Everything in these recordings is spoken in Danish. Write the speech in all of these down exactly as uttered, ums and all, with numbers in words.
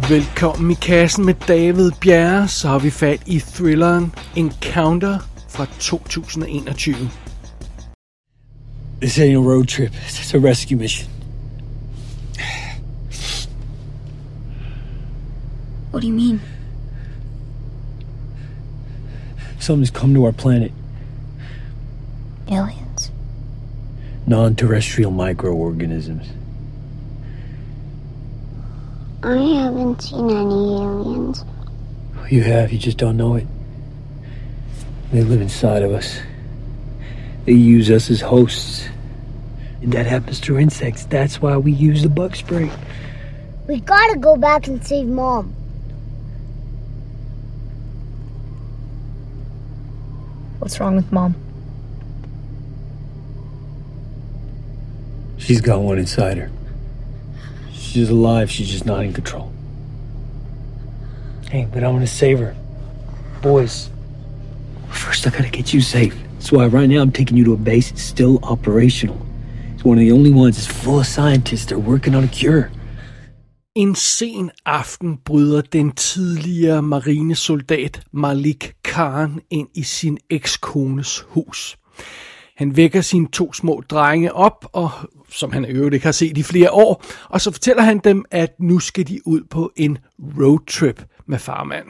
Velkommen i kassen med David Bjerre, så har vi fat i thrilleren Encounter fra to tusind og enogtyve. This ain't a road trip, it's a rescue mission. What do you mean? Something's come to our planet. Aliens? Non-terrestrial microorganisms. I haven't seen any aliens. You have, you just don't know it. They live inside of us. They use us as hosts. And that happens through insects. That's why we use the bug spray. We gotta go back and save Mom. What's wrong with Mom? She's got one inside her. She's alive, she's just not in control. Hey, but I want to save her. Boys, first I gotta get you safe. That's why right now I'm taking you to a base that's still operational. It's one of the only ones that's full of scientists. They're working on a cure. En sen aften bryder den tidligere marinesoldat Malik Khan ind i sin ekskones hus. Han vækker sine to små drenge op, og som han i øvrigt ikke har set i flere år, og så fortæller han dem, at nu skal de ud på en roadtrip med farmanden.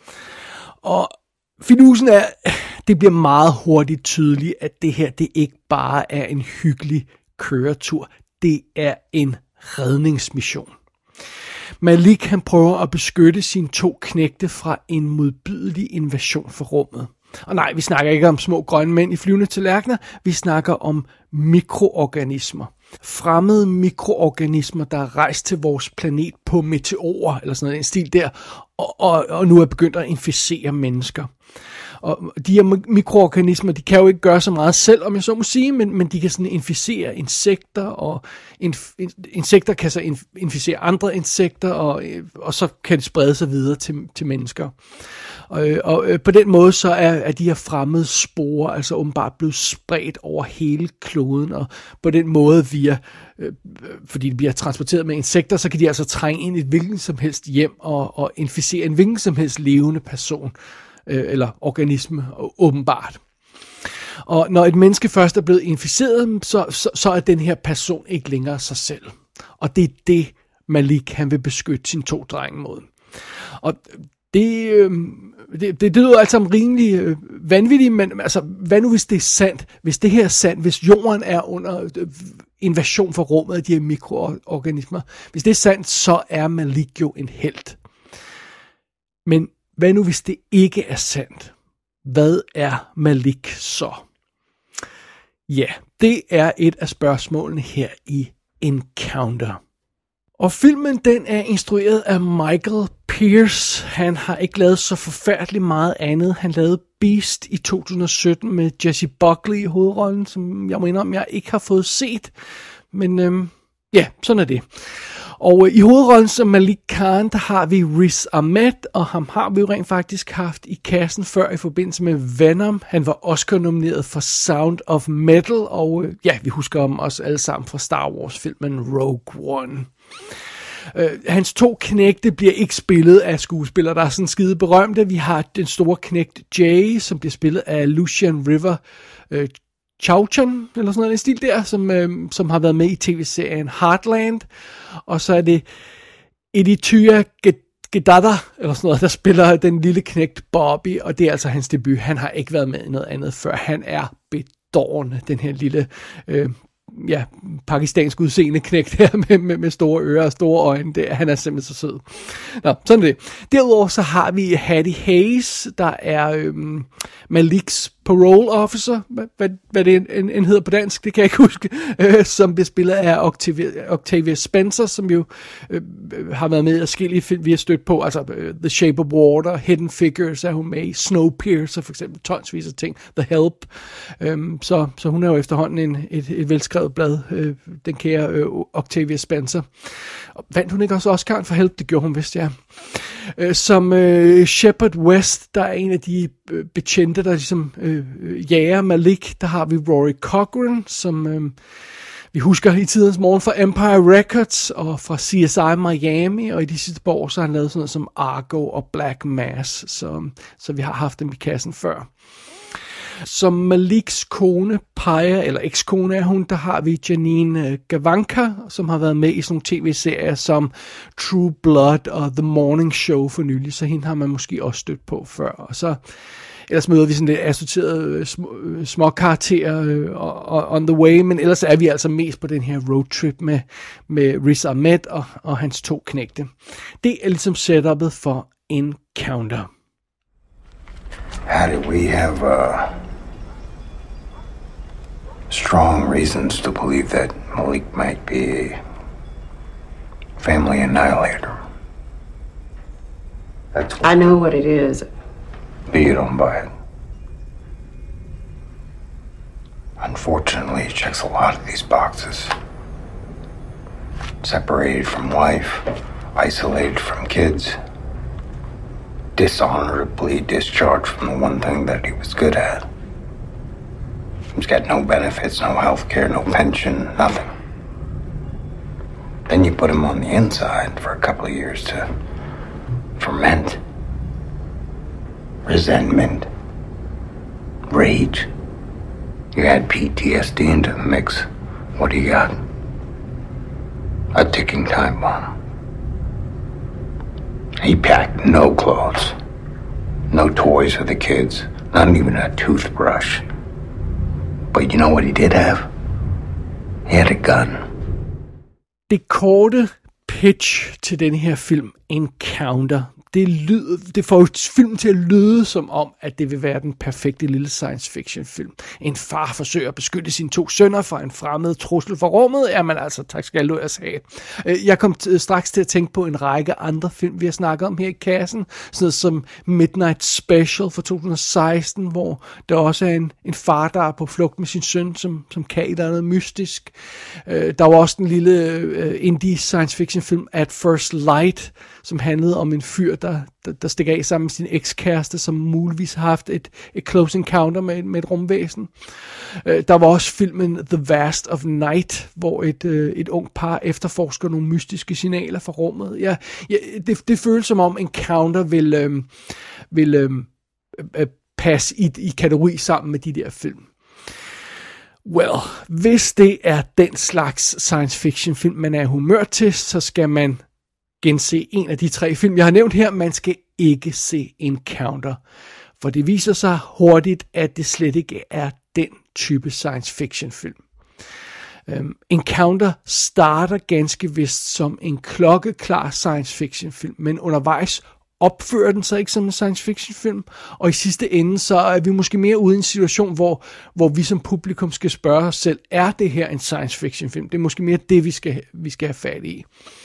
Og fidusen er, det bliver meget hurtigt tydeligt, at det her, det ikke bare er en hyggelig køretur. Det er en redningsmission. Malik, han prøver at beskytte sine to knægte fra en modbydelig invasion fra rummet. Og nej, vi snakker ikke om små grønne mænd i flyvende tallerkener, vi snakker om mikroorganismer. Fremmede mikroorganismer, der er rejst til vores planet på meteorer, eller sådan noget, en stil der, og, og, og nu er begyndt at inficere mennesker. Og de her mikroorganismer, de kan jo ikke gøre så meget selv, om jeg så må sige, men, men de kan sådan inficere insekter, og inf, insekter kan så inficere andre insekter, og, og så kan det sprede sig videre til, til mennesker. Og, og på den måde så er, er de her fremmede sporer altså åbenbart blevet spredt over hele kloden, og på den måde via, øh, fordi de bliver transporteret med insekter, så kan de altså trænge ind i et hvilken som helst hjem og, og inficere en hvilken som helst levende person øh, eller organisme åbenbart. Og når et menneske først er blevet inficeret, så, så, så er den her person ikke længere sig selv. Og det er det, Malik han vil beskytte sine to drenge mod. Og det, øh, det, det lyder altså rimelig øh, vanvittigt, men altså, hvad nu hvis det er sandt? Hvis det her er sandt, hvis jorden er under øh, invasion fra rummet af de her mikroorganismer, hvis det er sandt, så er Malik jo en helt. Men hvad nu hvis det ikke er sandt? Hvad er Malik så? Ja, det er et af spørgsmålene her i Encounter. Og filmen, den er instrueret af Michael Pearce. Han har ikke lavet så forfærdeligt meget andet. Han lavede Beast i to tusind og sytten med Jessie Buckley i hovedrollen, som jeg må indrømme, jeg ikke har fået set. Men øhm, ja, sådan er det. Og øh, i hovedrollen som Malik Khan, der har vi Riz Ahmed, og ham har vi jo rent faktisk haft i kassen før i forbindelse med Venom. Han var Oscar-nomineret for Sound of Metal, og øh, ja, vi husker ham også alle sammen fra Star Wars-filmen Rogue One. Uh, hans to knægte bliver ikke spillet af skuespillere, der er sådan skide berømte. Vi har den store knægt Jay, som bliver spillet af Lucian River uh, Chauchan, eller sådan noget i stil der, som, uh, som har været med i tv-serien Heartland. Og så er det Aditya Gedada, eller sådan noget, der spiller den lille knægt Bobby, og det er altså hans debut. Han har ikke været med i noget andet før. Han er bedårende, den her lille uh, ja, pakistansk udseende knægt her med, med, med store ører og store øjne. Det, han er simpelthen så sød. Nå, sådan er det. Derudover så har vi Hattie Hayes, der er øhm, Maliks parole officer, hvad, hvad, hvad det en, en hedder på dansk, det kan jeg ikke huske, øh, som bliver spillet af Octavia, Octavia Spencer, som jo øh, har været med i forskellige film, vi har stødt på, altså øh, The Shape of Water, Hidden Figures er hun med i, Snowpiercer for eksempel, tonsvis af ting, The Help, øhm, så, så hun er jo efterhånden en, et, et velskrevet blad, øh, den kære øh, Octavia Spencer. Og vandt hun ikke også Oscar for Help? Det gjorde hun vist, ja. Øh, som øh, Shepard West, der er en af de øh, betjente, der ligesom øh, jager Malik. Der har vi Rory Cochrane, som øh, Vi husker i tidens morgen fra Empire Records og fra C S I Miami, og i de sidste par år så har han lavet sådan noget som Argo og Black Mass, så, så vi har haft dem i kassen før. Som Maliks kone peger, eller ekskone er hun, der har vi Janine Gavankar, som har været med i sådan nogle tv-serier som True Blood og The Morning Show for nylig, så hende har man måske også stødt på før. Og så ellers møder vi sådan lidt assorterede små, små karakterer uh, on the way, men ellers er vi altså mest på den her roadtrip med, med Riz Ahmed og, og hans to knægte. Det er ligesom setupet for Encounter. Hattie, we have uh, strong reasons to believe that Malik might be a family annihilator. That's what I know what it is. But you don't buy it. Unfortunately, he checks a lot of these boxes. Separated from wife, isolated from kids, dishonorably discharged from the one thing that he was good at. He's got no benefits, no health care, no pension, nothing. Then you put him on the inside for a couple of years to ferment. Resentment. Rage. You add P T S D into the mix. What do you got? A ticking time bomb. He packed no clothes. No toys for the kids. Not even a toothbrush. But you know what he did have? He had a gun. Det korte pitch til den her film, Encounter, det, lyder, det får filmen til at lyde som om, at det vil være den perfekte lille science fiction film. En far forsøger at beskytte sine to sønner fra en fremmed trussel fra rummet. Jamen altså, tak skal jeg have. Jeg kom t- straks til at tænke på en række andre film, vi har snakket om her i kassen. Sådan noget som Midnight Special fra to tusind og seksten, hvor der også er en, en far, der er på flugt med sin søn, som, som kan et eller andet mystisk. Der var også den lille indie science fiction film At First Light, som handlede om en fyr, der, der, der stikker af sammen med sin ekskæreste, som muligvis har haft et, et close encounter med, med et rumvæsen. Øh, der var også filmen The Vast of Night, hvor et, øh, et ung par efterforsker nogle mystiske signaler fra rummet. Ja, ja, det, det føles som om Encounter vil, øh, vil øh, øh, passe i, i kategori sammen med de der film. Well, hvis det er den slags science fiction film, man er humør til, så skal man gense en af de tre film, jeg har nævnt her. Man skal ikke se Encounter, for det viser sig hurtigt, at det slet ikke er den type science fiction film. Um, Encounter starter ganske vist som en klokkeklar science fiction film, men undervejs opfører den sig ikke som en science fiction film, og i sidste ende så er vi måske mere ude i en situation, hvor, hvor vi som publikum skal spørge os selv, er det her en science fiction film? Det er måske mere det, vi skal, vi skal have fat i.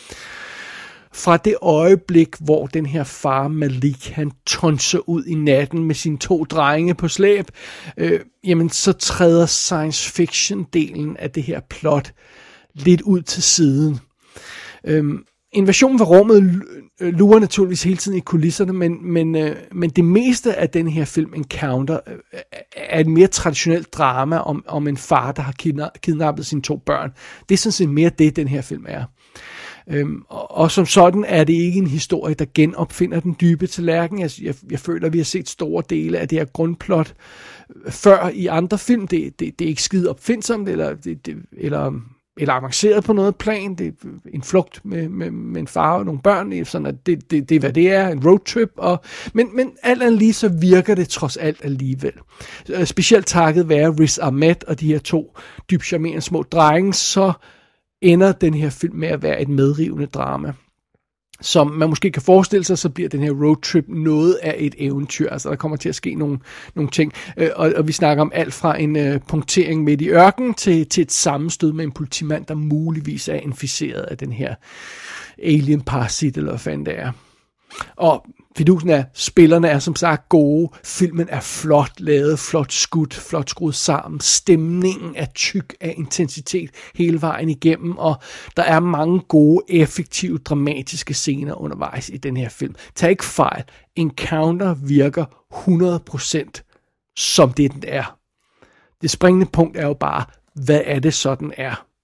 Fra det øjeblik, hvor den her far Malik, han tonser ud i natten med sine to drenge på slæb, øh, jamen så træder science fiction-delen af det her plot lidt ud til siden. Øhm, Invasionen fra rummet lurer naturligvis hele tiden i kulisserne, men, men, øh, men det meste af den her film, Encounter, øh, er et mere traditionelt drama om, om en far, der har kidna- kidnappet sine to børn. Det er sådan set mere det, den her film er. Øhm, og, og som sådan er det ikke en historie, der genopfinder den dybe tallerken. Jeg, jeg, jeg føler, at vi har set store dele af det her grundplot før i andre film. Det, det, det er ikke skide opfindsomt, eller, det, det, eller, eller avanceret på noget plan. Det er en flugt med, med, med en far og nogle børn. Sådan at det, det, det er, hvad det er, en roadtrip. Og, men, men alt andet lige, så virker det trods alt alligevel. Specielt takket være Riz Ahmed og de her to dybt charmerende små drenge, så ender den her film med at være et medrivende drama. Som man måske kan forestille sig, så bliver den her roadtrip noget af et eventyr. Altså der kommer til at ske nogle, nogle ting. Øh, og, og vi snakker om alt fra en øh, punktering midt i ørken til, til et sammenstød med en politimand, der muligvis er inficeret af den her alien parasit, eller hvad fanden det er. Og fidusen er, spillerne er som sagt gode, filmen er flot lavet, flot skudt, flot skruet sammen, stemningen er tyk af intensitet hele vejen igennem, og der er mange gode, effektive, dramatiske scener undervejs i den her film. Tag ikke fejl, Encounter virker hundrede procent som det den er. Det springende punkt er jo bare, hvad er det sådan er?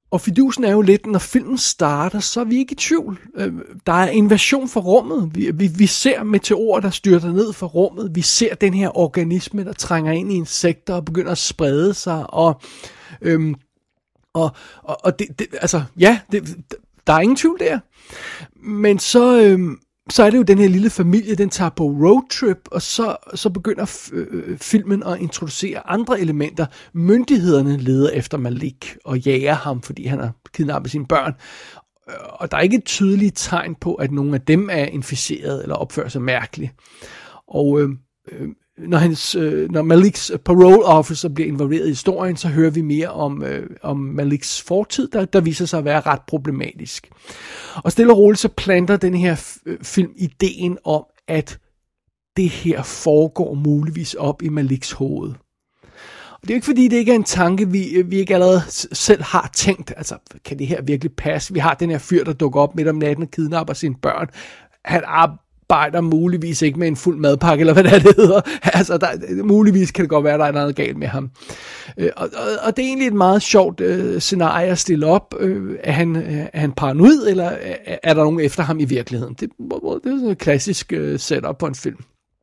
Og fidusen er jo lidt, når filmen starter, så er vi ikke i tvivl. Der er invasion fra rummet. Vi, vi, vi ser meteorer, der styrter ned fra rummet. Vi ser den her organisme, der trænger ind i insekter og begynder at sprede sig. Og, øhm, og, og, og det, det, altså, ja, det, der er ingen tvivl der. Men så... Øhm, så er det jo den her lille familie, den tager på roadtrip, og så, så begynder f- øh, filmen at introducere andre elementer. Myndighederne leder efter Malik og jager ham, fordi han har kidnappet sine børn. Og der er ikke et tydeligt tegn på, at nogen af dem er inficeret eller opfører sig mærkeligt. Og øh, øh, når, hans, øh, når Maliks parole officer bliver involveret i historien, så hører vi mere om, øh, om Maliks fortid, der, der viser sig at være ret problematisk. Og stille og roligt så planter den her f- film ideen om, at det her foregår muligvis op i Maliks hoved. Og det er jo ikke fordi, det ikke er en tanke, vi, vi ikke allerede selv har tænkt. Altså, kan det her virkelig passe? Vi har den her fyr, der dukker op midt om natten og kidnapper sine børn. Han arbejder muligvis ikke med en fuld madpakke, eller hvad det, er, det hedder. Altså, der, muligvis kan det godt være, at der er noget galt med ham. Øh, og, og, og det er egentlig et meget sjovt øh, scenarie at stille op. Øh, er, han, er han paranoid, eller er, er der nogen efter ham i virkeligheden? Det, det er sådan et klassisk øh, setup på en film.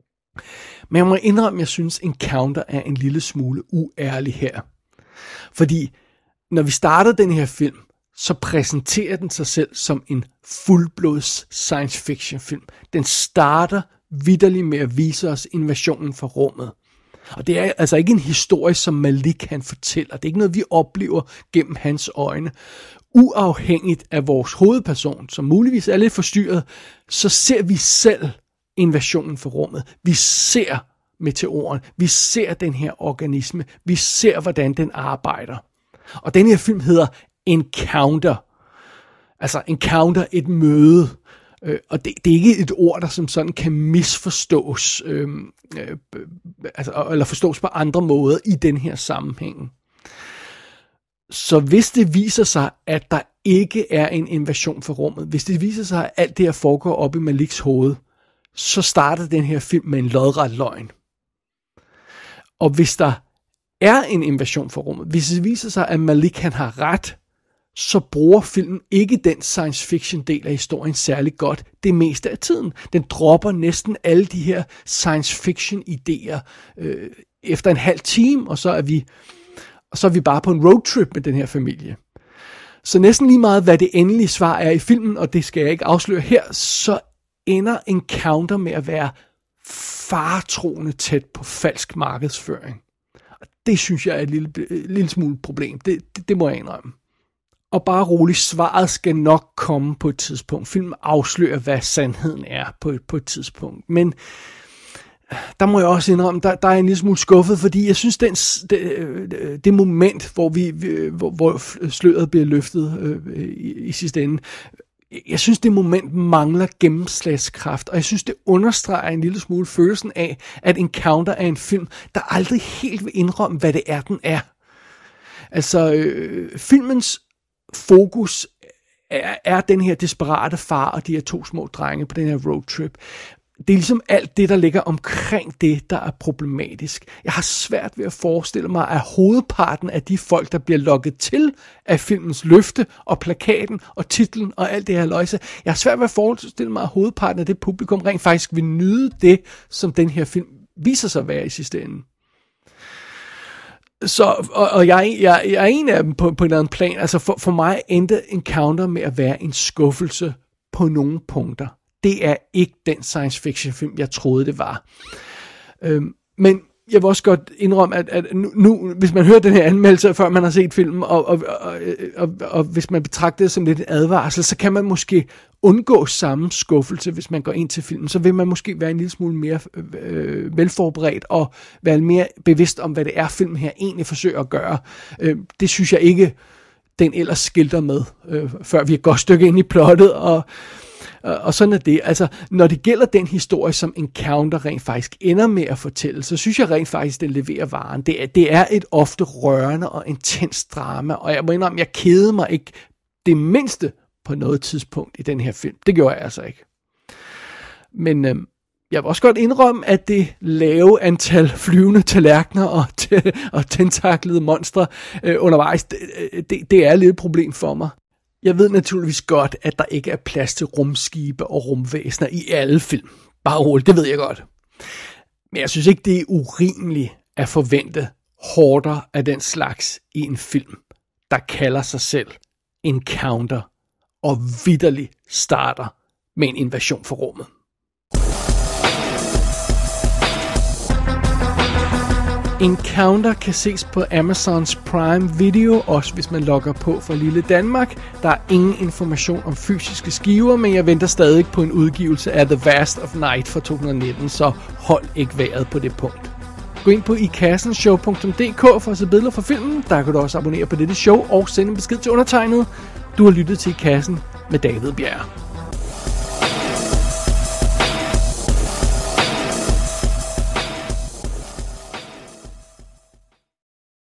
Men jeg må indrømme, at jeg synes, Encounter er en lille smule uærlig her. Fordi når vi starter den her film, så præsenterer den sig selv som en fuldblods science fiction film. Den starter vitterligt med at vise os invasionen fra rummet. Og det er altså ikke en historie, som Malik han fortæller. Det er ikke noget, vi oplever gennem hans øjne. Uafhængigt af vores hovedperson, som muligvis er lidt forstyrret, så ser vi selv invasionen fra rummet. Vi ser meteoren. Vi ser den her organisme. Vi ser, hvordan den arbejder. Og den her film hedder Encounter. Altså Encounter, et møde. Øh, og det, det er ikke et ord, der som sådan kan misforstås, øh, øh, altså, eller forstås på andre måder i den her sammenhæng. Så hvis det viser sig, at der ikke er en invasion fra rummet, hvis det viser sig, at alt det her foregår op i Maliks hoved, så starter den her film med en lodret løgn. Og hvis der er en invasion fra rummet, hvis det viser sig, at Malik han har ret, så bruger filmen ikke den science fiction del af historien særlig godt det meste af tiden. Den dropper næsten alle de her science fiction idéer øh, efter en halv time, og så er vi og så er vi bare på en roadtrip med den her familie. Så næsten lige meget, hvad det endelige svar er i filmen, og det skal jeg ikke afsløre her, så ender Encounter med at være faretroende tæt på falsk markedsføring. Og det synes jeg er et lille, lille smule problem. Det, det, det må jeg indrømme. Og bare roligt, svaret skal nok komme på et tidspunkt. Filmen afslører, hvad sandheden er på et, på et tidspunkt. Men der må jeg også indrømme, der, der er en lille smule skuffet, fordi jeg synes, den, det, det moment, hvor, vi, hvor, hvor sløret bliver løftet øh, i, i sidste ende, jeg synes, det moment mangler gennemslagskraft, og jeg synes, det understreger en lille smule følelsen af, at Encounter er en film, der aldrig helt vil indrømme, hvad det er, den er. Altså, øh, filmens fokus er, er den her desperate far og de her to små drenge på den her roadtrip. Det er ligesom alt det, der ligger omkring det, der er problematisk. Jeg har svært ved at forestille mig, at hovedparten af de folk, der bliver lokket til af filmens løfte og plakaten og titlen og alt det her løjse, jeg har svært ved at forestille mig, at hovedparten af det publikum rent faktisk vil nyde det, som den her film viser sig at være i sidste ende. Så, og, og jeg, jeg, jeg er en af dem på, på en eller anden plan. Altså for, for mig endte Encounter med at være en skuffelse på nogle punkter. Det er ikke den science fiction film, jeg troede det var. Øhm, men jeg vil også godt indrømme, at, at nu, nu, hvis man hører den her anmeldelse, før man har set filmen, og, og, og, og, og hvis man betragter det som lidt en advarsel, så kan man måske undgå samme skuffelse, hvis man går ind til filmen. Så vil man måske være en lille smule mere øh, velforberedt, og være mere bevidst om, hvad det er, filmen her egentlig forsøger at gøre. Øh, det synes jeg ikke, den ellers skilter med, øh, før vi er et godt stykke ind i plottet, og Og sådan er det. Altså, når det gælder den historie, som Encounter rent faktisk ender med at fortælle, så synes jeg rent faktisk, den leverer varen. Det er, det er et ofte rørende og intens drama, og jeg må indrømme, jeg kede mig ikke det mindste på noget tidspunkt i den her film. Det gjorde jeg altså ikke. Men, øh, Jeg vil også godt indrømme, at det lave antal flyvende tallerkener og, t- og tentaklede monstre øh, undervejs, det, det, det er lidt et problem for mig. Jeg ved naturligvis godt, at der ikke er plads til rumskibe og rumvæsener i alle film. Bare roligt, det ved jeg godt. Men jeg synes ikke, det er urimeligt at forvente hårdere af den slags i en film, der kalder sig selv Encounter og vitterligt starter med en invasion for rummet. Encounter kan ses på Amazons Prime Video, også hvis man logger på for lille Danmark. Der er ingen information om fysiske skiver, men jeg venter stadig på en udgivelse af The Vast of Night fra to tusind nitten, så hold ikke vejret på det punkt. Gå ind på ikassenshow punktum d k for at se billeder fra filmen. Der kan du også abonnere på dette show og sende en besked til undertegnet. Du har lyttet til I Kassen med David Bjerg.